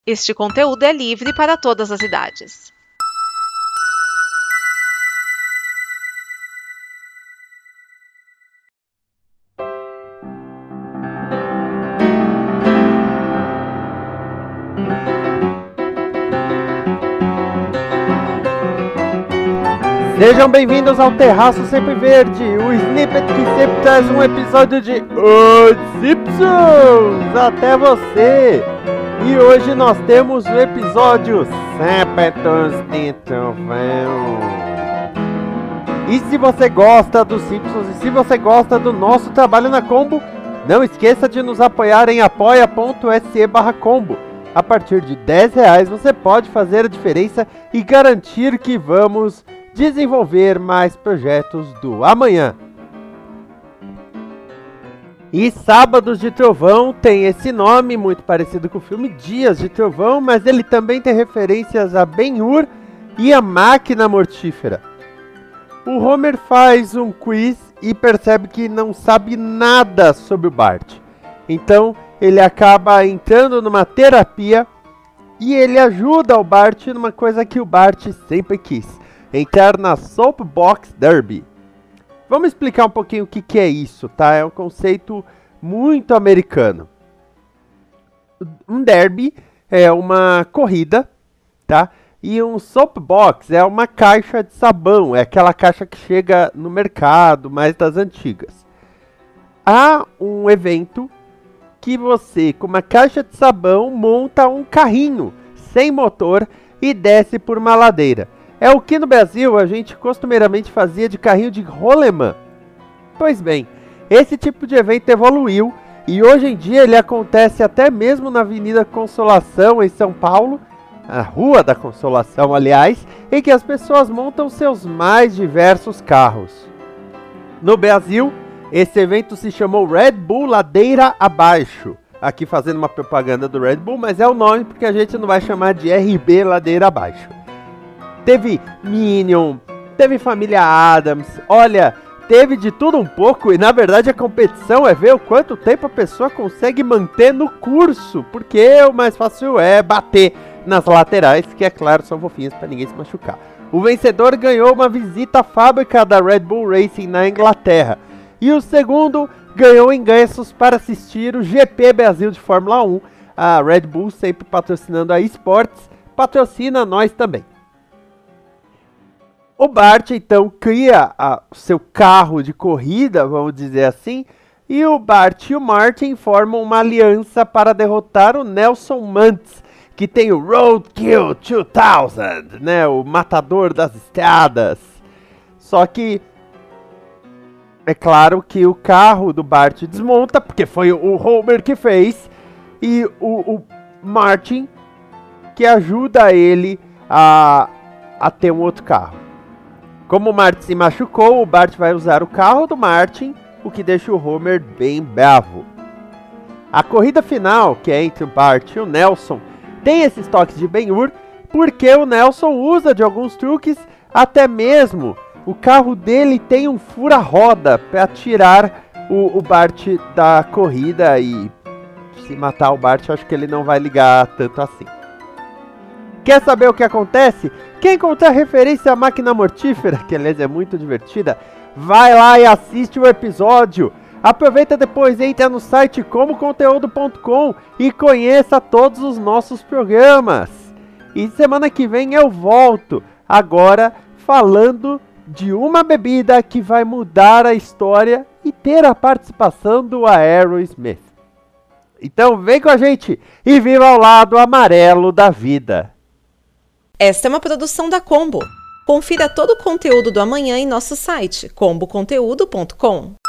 Este conteúdo é livre para todas as idades. Sejam bem-vindos ao Terraço Sempre Verde, o snippet que sempre traz um episódio de Os Simpsons até você. E hoje nós temos o episódio Sábados de Trovão. E se você gosta dos Simpsons e se você gosta do nosso trabalho na Combo, não esqueça de nos apoiar em apoia.se/combo. A partir de R$10 você pode fazer a diferença e garantir que vamos desenvolver mais projetos do amanhã. E Sábados de Trovão tem esse nome muito parecido com o filme Dias de Trovão, mas ele também tem referências a Ben-Hur e a Máquina Mortífera. O Homer faz um quiz e percebe que não sabe nada sobre o Bart. Então ele acaba entrando numa terapia e ele ajuda o Bart numa coisa que o Bart sempre quis: entrar na Soapbox Derby. Vamos explicar um pouquinho o que é isso, tá? É um conceito muito americano. Um derby é uma corrida, tá? E um soapbox é uma caixa de sabão, é aquela caixa que chega no mercado, mais das antigas. Há um evento que você, com uma caixa de sabão, monta um carrinho sem motor e desce por uma ladeira. É o que no Brasil a gente costumeiramente fazia de carrinho de rolemã. Pois bem, esse tipo de evento evoluiu e hoje em dia ele acontece até mesmo na Avenida Consolação, em São Paulo, a Rua da Consolação, aliás, em que as pessoas montam seus mais diversos carros. No Brasil, esse evento se chamou Red Bull Ladeira Abaixo. Aqui fazendo uma propaganda do Red Bull, mas é o nome porque a gente não vai chamar de RB Ladeira Abaixo. Teve Minion, teve Família Addams, olha, teve de tudo um pouco e na verdade a competição é ver o quanto tempo a pessoa consegue manter no curso, porque o mais fácil é bater nas laterais, que é claro, são fofinhas para ninguém se machucar. O vencedor ganhou uma visita à fábrica da Red Bull Racing na Inglaterra e o segundo ganhou ingressos para assistir o GP Brasil de Fórmula 1. A Red Bull, sempre patrocinando a esportes, patrocina nós também. O Bart, então, cria o seu carro de corrida, vamos dizer assim, e o Bart e o Martin formam uma aliança para derrotar o Nelson Muntz, que tem o Roadkill 2000, né, o matador das estradas. Só que, é claro que o carro do Bart desmonta, porque foi o Homer que fez, e o Martin que ajuda ele a ter um outro carro. Como o Martin se machucou, o Bart vai usar o carro do Martin, o que deixa o Homer bem bravo. A corrida final, que é entre o Bart e o Nelson, tem esses toques de Ben-Hur, porque o Nelson usa de alguns truques, até mesmo o carro dele tem um fura-roda para tirar o Bart da corrida e se matar o Bart, acho que ele não vai ligar tanto assim. Quer saber o que acontece? Quem encontrar referência à Máquina Mortífera, que aliás é muito divertida, vai lá e assiste o episódio. Aproveita depois, entra no site comoconteúdo.com e conheça todos os nossos programas. E semana que vem eu volto, agora falando de uma bebida que vai mudar a história e ter a participação do Aerosmith. Então vem com a gente e viva ao lado amarelo da vida. Esta é uma produção da Combo. Confira todo o conteúdo do amanhã em nosso site comboconteúdo.com.